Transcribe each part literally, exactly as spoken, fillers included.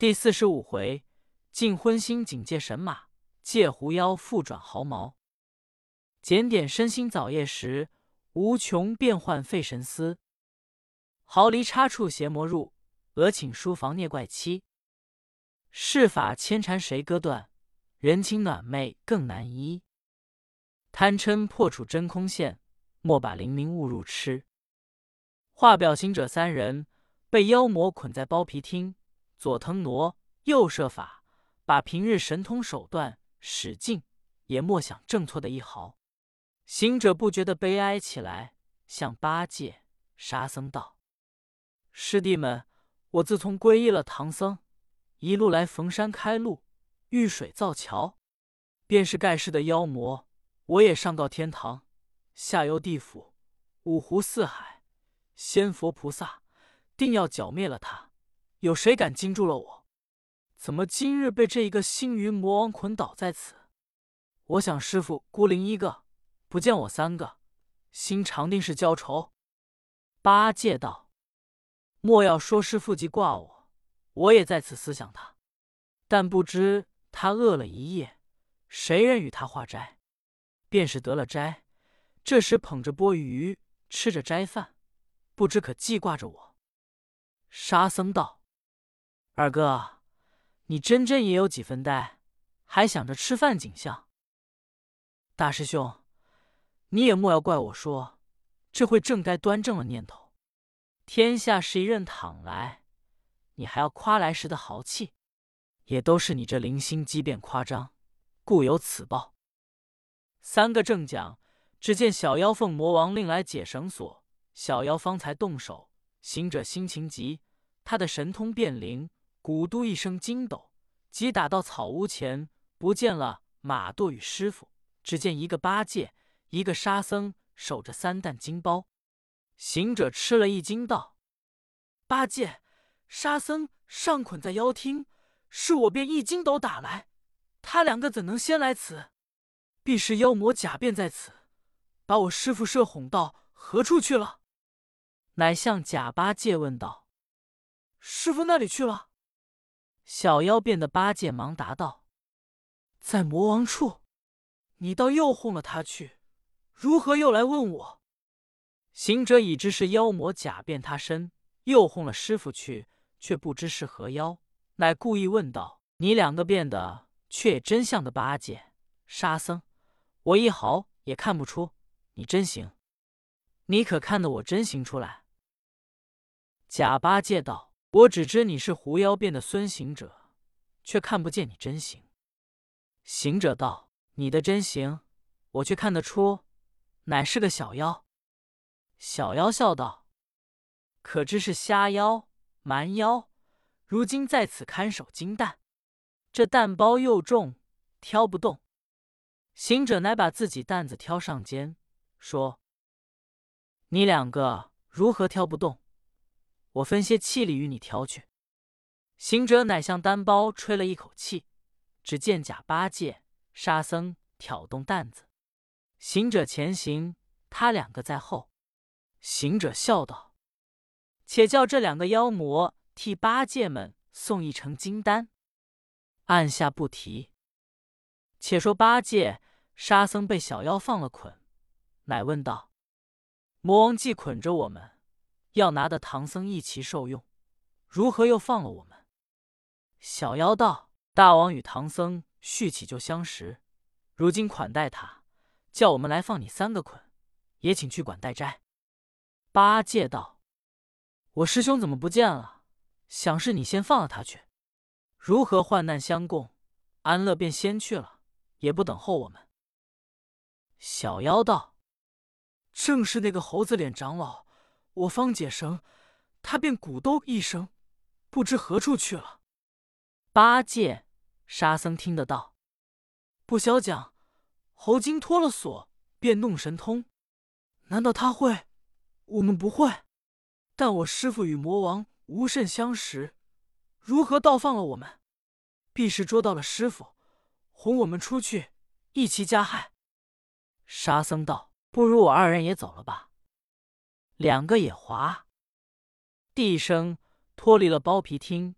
第四十五回，尽荤腥警戒神马，借狐妖复转毫毛。检点身心早夜时，无穷变幻费神思。毫厘差处邪魔入，额请书房孽怪欺。世法牵缠谁割断？人情暖昧更难移。贪嗔破处真空现，莫把灵明误入痴。画表行者三人，被妖魔捆在包皮厅，左腾挪，右设法，把平日神通手段使尽，也莫想正错的一毫。行者不觉得悲哀起来，向八戒、沙僧道：“师弟们，我自从皈依了唐僧，一路来逢山开路，遇水造桥，便是盖世的妖魔，我也上告天堂，下游地府，五湖四海，仙佛菩萨，定要剿灭了他。有谁敢惊住了我？怎么今日被这一个星云魔王捆倒在此？我想师傅孤零一个，不见我三个，心常定是交愁。”八戒道：“莫要说师傅即挂我，我也在此思想他，但不知他饿了一夜，谁人与他化斋？便是得了斋，这时捧着钵盂，吃着斋饭，不知可记挂着我。”沙僧道：“二哥，你真真也有几分呆，还想着吃饭景象。大师兄，你也莫要怪我说，这会正该端正了念头。天下是一任躺来，你还要夸来时的豪气，也都是你这灵心机变夸张，故有此报。”三个正讲，只见小妖凤魔王令来解绳索，小妖方才动手。行者心情急，他的神通变灵，咕嘟一声筋斗，即打到草屋前，不见了马舵与师傅，只见一个八戒，一个沙僧守着三担金包。行者吃了一惊，道：“八戒、沙僧上捆在妖厅，是我便一筋斗打来，他两个怎能先来此？必是妖魔假变在此，把我师傅设哄到何处去了？”乃向假八戒问道：“师傅那里去了？”小妖变的八戒忙答道：“在魔王处。你倒又哄了他去，如何又来问我？”行者已知是妖魔假变他身，又哄了师傅去，却不知是何妖，乃故意问道：“你两个变的，却也真像的八戒、沙僧，我一毫也看不出你真行，你可看得我真行出来？”假八戒道：“我只知你是狐妖变的孙行者，却看不见你真行。”行者道：“你的真行，我却看得出，乃是个小妖。”小妖笑道：“可知是瞎妖、蛮妖，如今在此看守金蛋，这蛋包又重，挑不动。”行者乃把自己担子挑上肩，说：“你两个如何挑不动？我分些气力与你挑去。”行者乃向单包吹了一口气，只见假八戒、沙僧挑动担子，行者前行，他两个在后。行者笑道：“且叫这两个妖魔替八戒们送一程金丹。”按下不提。且说八戒、沙僧被小妖放了捆，乃问道：“魔王既捆着我们，要拿的唐僧一齐受用，如何又放了我们？”小妖道：“大王与唐僧续起就相识，如今款待他，叫我们来放你三个捆，也请去管待斋。”八戒道：“我师兄怎么不见了？想是你先放了他去，如何患难相共，安乐便先去了，也不等候我们。”小妖道：“正是那个猴子脸长老，我方解绳，他便鼓兜一声，不知何处去了。”八戒、沙僧听得到，不消讲，猴精脱了锁，便弄神通，难道他会，我们不会？但我师父与魔王无甚相识，如何倒放了我们？必是捉到了师父，哄我们出去，一齐加害。沙僧道：“不如我二人也走了吧。”两个也滑。地一声脱离了包皮厅，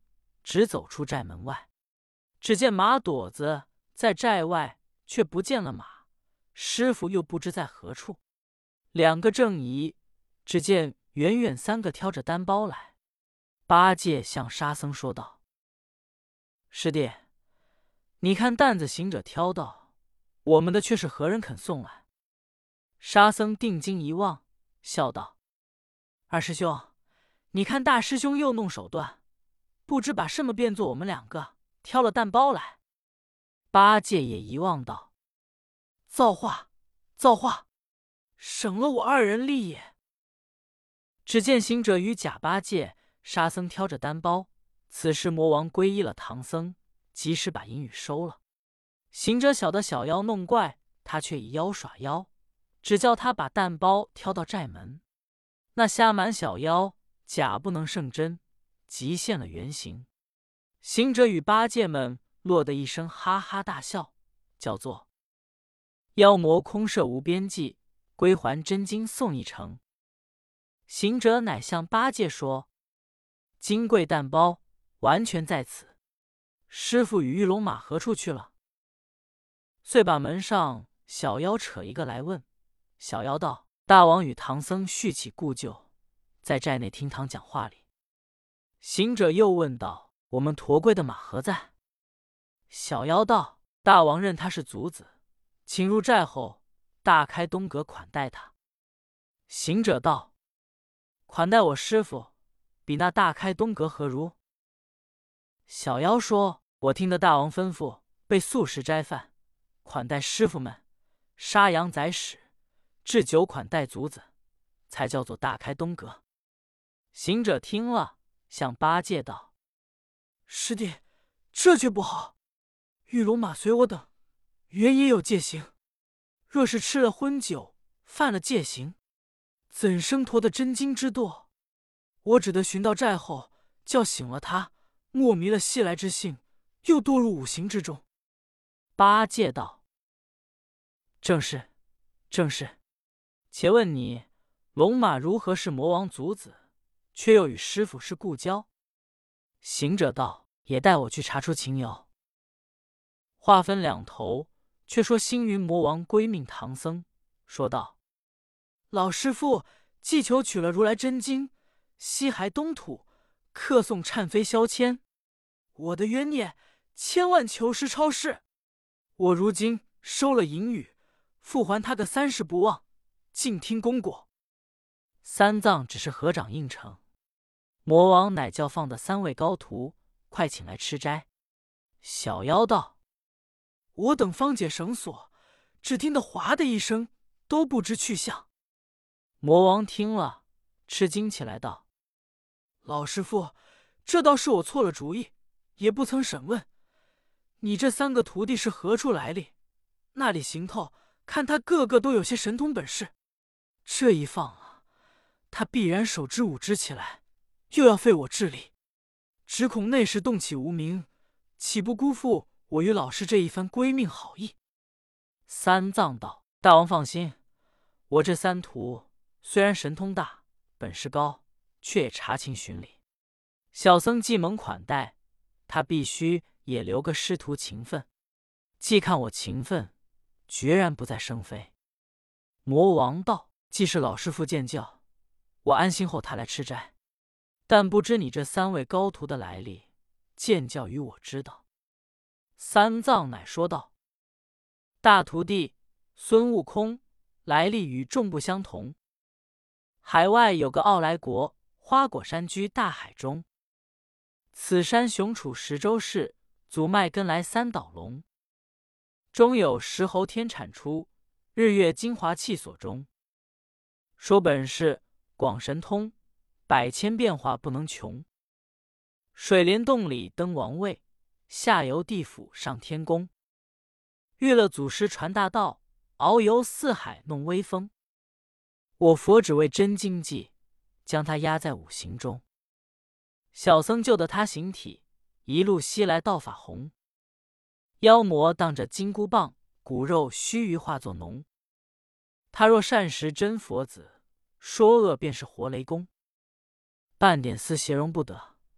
直走出寨门外。只见马朵子在寨外，却不见了马，师傅又不知在何处。两个正疑，只见远远三个挑着单包来。八戒向沙僧说道：“师弟，你看担子行者挑到，我们的却是何人肯送来？”沙僧定睛一望，笑道：“二师兄，你看大师兄又弄手段，不知把什么变作我们两个挑了担包来。”八戒也一望道：“造化，造化，省了我二人力也。”只见行者与假八戒、沙僧挑着单包，此时魔王皈依了唐僧，及时把银语收了。行者晓得小妖弄怪，他却以妖耍妖，只叫他把担包挑到寨门。那瞎蛮小妖假不能胜真，即现了原形。行者与八戒们落得一声哈哈大笑，叫做妖魔空设无边际，归还真经送一程。行者乃向八戒说：“金贵担包完全在此，师傅与玉龙马何处去了？”遂把门上小妖扯一个来问。小妖道：“大王与唐僧续起故旧，在寨内听堂讲话里。”行者又问道：“我们驮贵的马何在？”小妖道：“大王认他是卒子，请入寨后，大开东阁款待他。”行者道：“款待我师傅，比那大开东阁何如？”小妖说：“我听得大王吩咐，备素食斋饭，款待师傅们，杀羊宰屎，置酒款待卒子，才叫做大开东阁。”行者听了，向八戒道：“师弟，这却不好。玉龙马随我等，原也有戒行，若是吃了荤酒，犯了戒行，怎生驮得真经之舵？我只得寻到寨后，叫醒了他，没迷了西来之性，又堕入五行之中。”八戒道：“正是，正是。且问你，龙马如何是魔王族子，却又与师傅是故交？”行者道：“也带我去查出情由。”话分两头，却说星云魔王归命唐僧，说道：“老师父既求取了如来真经，西还东土，客送颤飞消迁，我的冤孽千万求师超世。我如今收了银语，复还他个三世不忘，静听功果。”三藏只是合掌应承。魔王乃叫放的三位高徒，快请来吃斋。小妖道：“我等方解绳索，只听得哗的一声，都不知去向。”魔王听了，吃惊起来，道：“老师父，这倒是我错了主意，也不曾审问。你这三个徒弟是何处来历？那里行头，看他个个都有些神通本事。这一放啊，他必然手之舞之起来，又要费我智力，只恐内时动起无名，岂不辜负我与老师这一番归命好意？”三藏道：“大王放心，我这三徒虽然神通大，本事高，却也查清巡礼。小僧既蒙款待，他必须也留个师徒情分。既看我情分，决然不再生非。”魔王道：“既是老师傅见教，我安心后他来吃斋，但不知你这三位高徒的来历，见教于我知道。”三藏乃说道：“大徒弟孙悟空，来历与众不相同。海外有个傲来国，花果山居大海中。此山雄处十洲市，祖脉根来三岛龙。中有石猴天产出，日月精华气所中。说本事广神通，百千变化不能穷。水帘洞里登王位，下游地府上天宫。遇了祖师传大道，遨游四海弄威风。我佛只为真经济，将他压在五行中。小僧救得他形体，一路西来道法红。妖魔当着金箍棒，骨肉须臾化作脓。他若善食真佛子，说恶便是活雷公。半点丝邪容不得，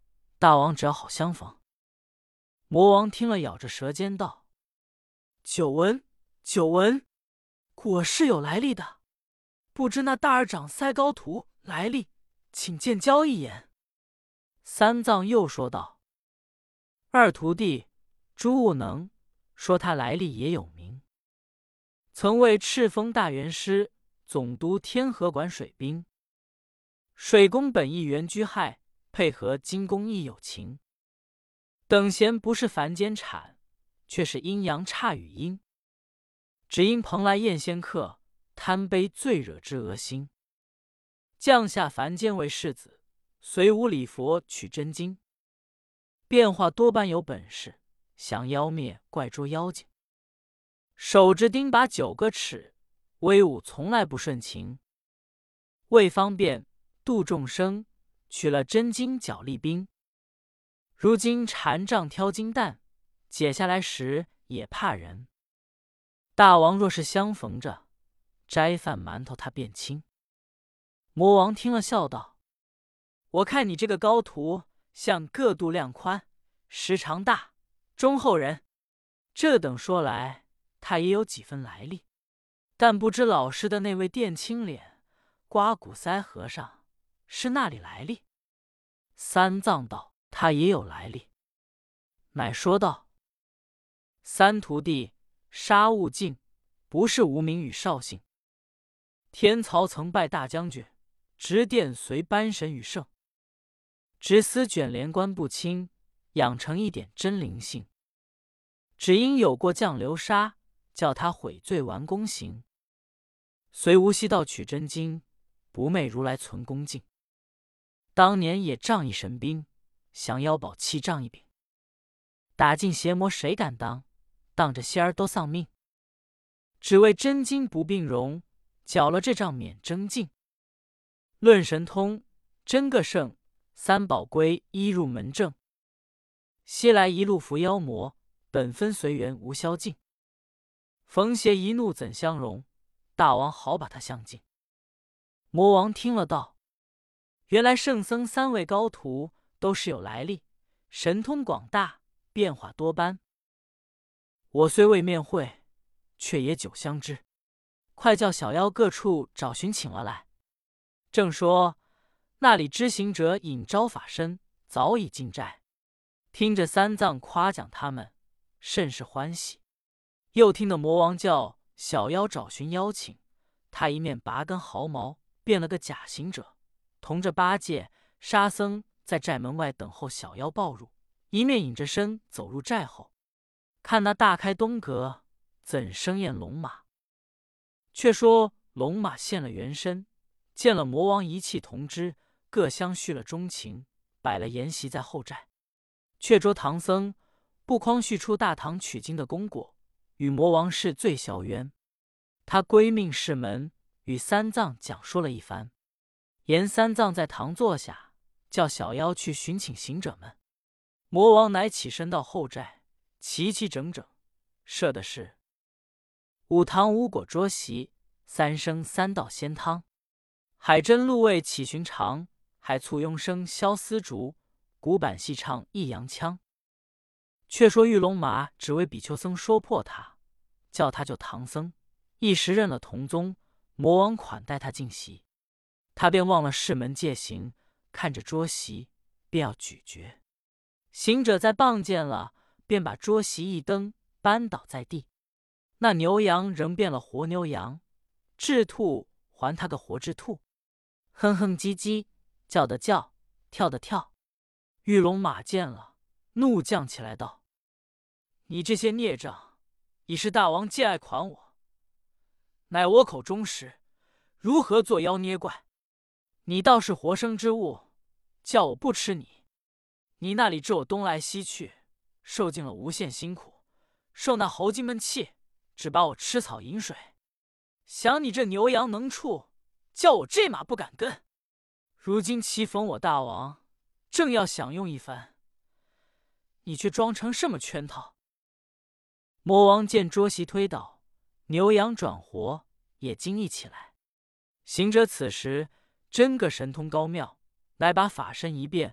大王只要好相逢。”魔王听了，咬着舌尖道：“久闻，久闻，果是有来历的。不知那大二长塞高徒来历，请见教一言。”三藏又说道：“二徒弟朱悟能说他来历也有名，曾为赤峰大元师总督天河馆水兵。水公本意原居害，配合金公亦有情。等闲不是凡间产，却是阴阳差与阴。只因蓬莱宴仙客，贪杯醉惹之恶心。降下凡间为世子，随无礼佛取真经。变化多半有本事，降妖灭怪捉妖精。手执钉耙九个齿，威武从来不顺情。为方便度众生，取了真经脚力兵。如今禅杖挑金担，解下来时也怕人。大王若是相逢着，斋饭馒头他便轻。”魔王听了笑道：“我看你这个高徒，像个度量宽，时长大，忠厚人。这等说来，他也有几分来历。但不知老师的那位靛青脸、刮骨腮和尚是那里来历？”三藏道：“他也有来历。”乃说道：“三徒弟沙悟净，不是无名与绍兴。天曹曾拜大将军，执殿随班神与圣。直思卷帘关不清，养成一点真灵性。只因有过降流沙，叫他悔罪完功行。随无西道取真经，不昧如来存恭敬。当年也仗义神兵，降妖宝气仗一柄。打尽邪魔谁敢当？当着仙儿都丧命。只为真经不并容，缴了这账免争竞。论神通，真个圣，三宝归一入门正。昔来一路伏妖魔，本分随缘无消尽。逢邪一怒怎相容？大王好把他相敬。”魔王听了道：“原来圣僧三位高徒都是有来历，神通广大，变化多般。我虽未面会，却也久相知。快叫小妖各处找寻请了来。”正说，那里知行者引招法身，早已进寨。听着三藏夸奖他们，甚是欢喜。又听得魔王叫小妖找寻邀请，他一面拔根毫毛，变了个假行者，同着八戒、沙僧在寨门外等候小妖报入，一面隐着身走入寨后。看那大开东阁，怎生宴龙马？却说龙马现了原身，见了魔王一气同知，各相续了钟情，摆了筵席在后寨。却说唐僧不匡续出大唐取经的功果，与魔王是最消冤。他归命释门，与三藏讲说了一番，言三藏在堂坐下，叫小妖去寻请行者们。魔王乃起身到后寨，齐齐整整设的是五糖五果桌席，三生三道鲜汤，海珍鹿味起寻常，海簇拥声箫丝竹，鼓板戏唱一阳腔。却说玉龙马只为比丘僧说破他，叫他就唐僧，一时认了同宗。魔王款待他进席，他便忘了释门戒行，看着桌席便要咀嚼。行者在傍见了，便把桌席一蹬，扳倒在地。那牛羊仍变了活牛羊，雉兔还他个活雉兔，哼哼唧唧，叫的叫，跳的跳。玉龙马见了，怒降起来道：“你这些孽障，已是大王借爱款我，乃我口中时，如何作妖捏怪？你倒是活生之物，叫我不吃你。你那里知我东来西去，受尽了无限辛苦，受那猴精们气，只把我吃草饮水。想你这牛羊能处，叫我这马不敢跟。如今棋逢我大王，正要享用一番，你却装成什么圈套？”魔王见桌席推倒，牛羊转活，也惊异起来。行者此时真个神通高妙，乃把法身一变，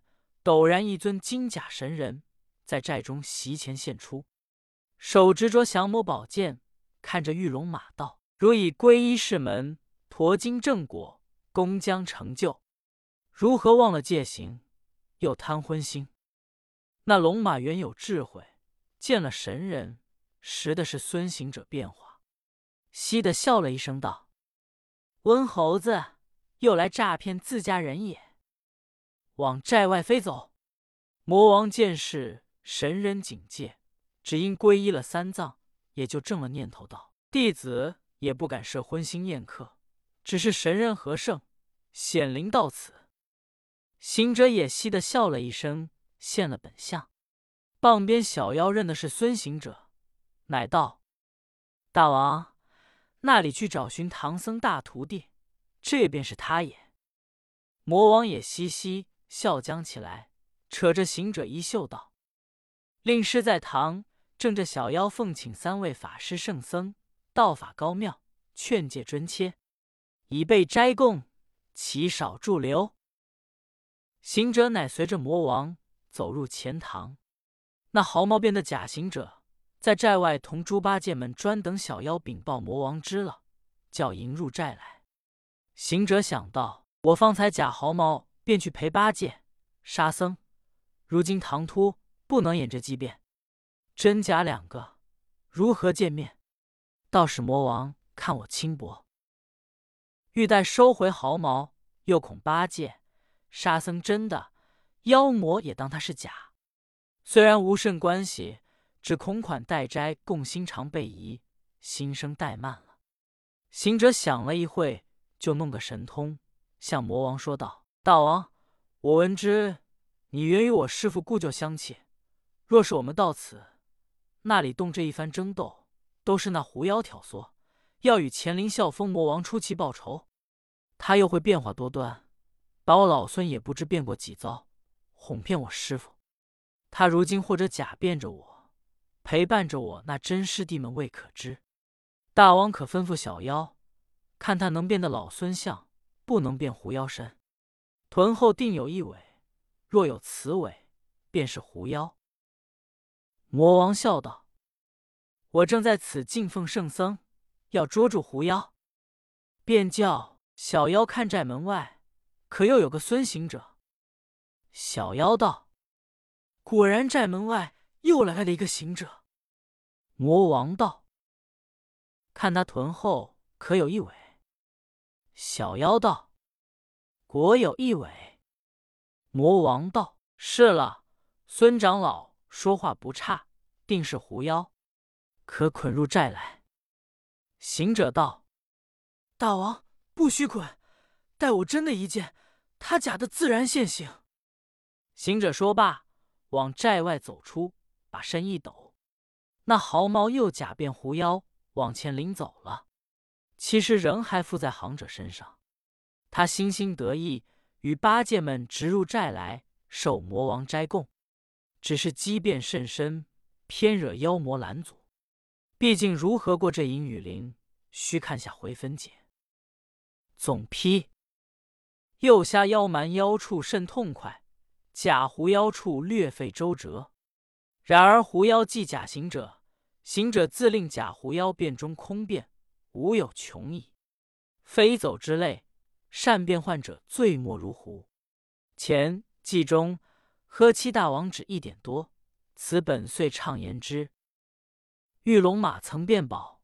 陡然一尊金甲神人在寨中席前现出，手执着降魔宝剑，看着玉龙马道：“如以皈依世门，驮金正果，终将成就。如何忘了戒行，又贪荤腥？”那龙马原有智慧，见了神人，识的是孙行者变化，嘻的笑了一声道：“温猴子，又来诈骗自家人也！”往寨外飞走。魔王见是神人警戒，只因皈依了三藏，也就正了念头道：“弟子也不敢设荤腥宴客，只是神人何圣，显灵到此。”行者也嘻的笑了一声，现了本相。傍边小妖认的是孙行者，乃道：“大王，那里去找寻唐僧大徒弟，这便是他也。”魔王也嘻嘻笑将起来，扯着行者衣袖道：“令师在堂，正着小妖奉请三位法师圣僧，道法高妙，劝诫尊切，已被斋供，其少驻留。”行者乃随着魔王走入前堂。那毫毛变的假行者在寨外同猪八戒们专等小妖禀报魔王知了，叫迎入寨来。行者想到，我方才假毫毛便去陪八戒、沙僧，如今唐突不能演这机变，真假两个如何见面？倒是魔王看我轻薄，欲待收回毫毛，又恐八戒、沙僧真的，妖魔也当他是假。虽然无甚关系，只恐款待斋供心肠被移，心生怠慢了。行者想了一会，就弄个神通，向魔王说道：“大王，我闻知你原与我师父故旧相契，若是我们到此，那里动这一番争斗，都是那狐妖挑唆，要与乾陵笑风魔王出气报仇。他又会变化多端，把我老孙也不知变过几遭，哄骗我师父。他如今或者假变着我，陪伴着我，那真师弟们未可知。大王可吩咐小妖，看他能变的老孙像，不能变狐妖身。臀后定有一尾，若有此尾，便是狐妖。”魔王笑道：“我正在此敬奉圣僧，要捉住狐妖，便叫小妖看寨门外，可又有个孙行者。”小妖道：“果然寨门外又来了一个行者。”魔王道：“看他臀后可有一尾？”小妖道：“果有一尾。”魔王道：“是了，孙长老说话不差，定是狐妖，可捆入寨来。”行者道：“大王不须捆，待我真的一见，他假的自然现形。”行者说罢，往寨外走出，把身一抖，那毫毛又假变狐妖，往前领走了。其实仍还附在行者身上。他心心得意，与八戒们直入寨来，受魔王斋供。只是机变甚深，偏惹妖魔拦阻。毕竟如何过这隐雨林，须看下回分解。总批：诱瞎妖蛮妖处甚痛快，假狐妖处略费周折。然而狐妖既假行者，行者自令假狐妖变中空变，无有穷矣。飞走之类，善变幻者最莫如狐。前记中呵七大王指一点多，此本遂畅言之。玉龙马曾变宝，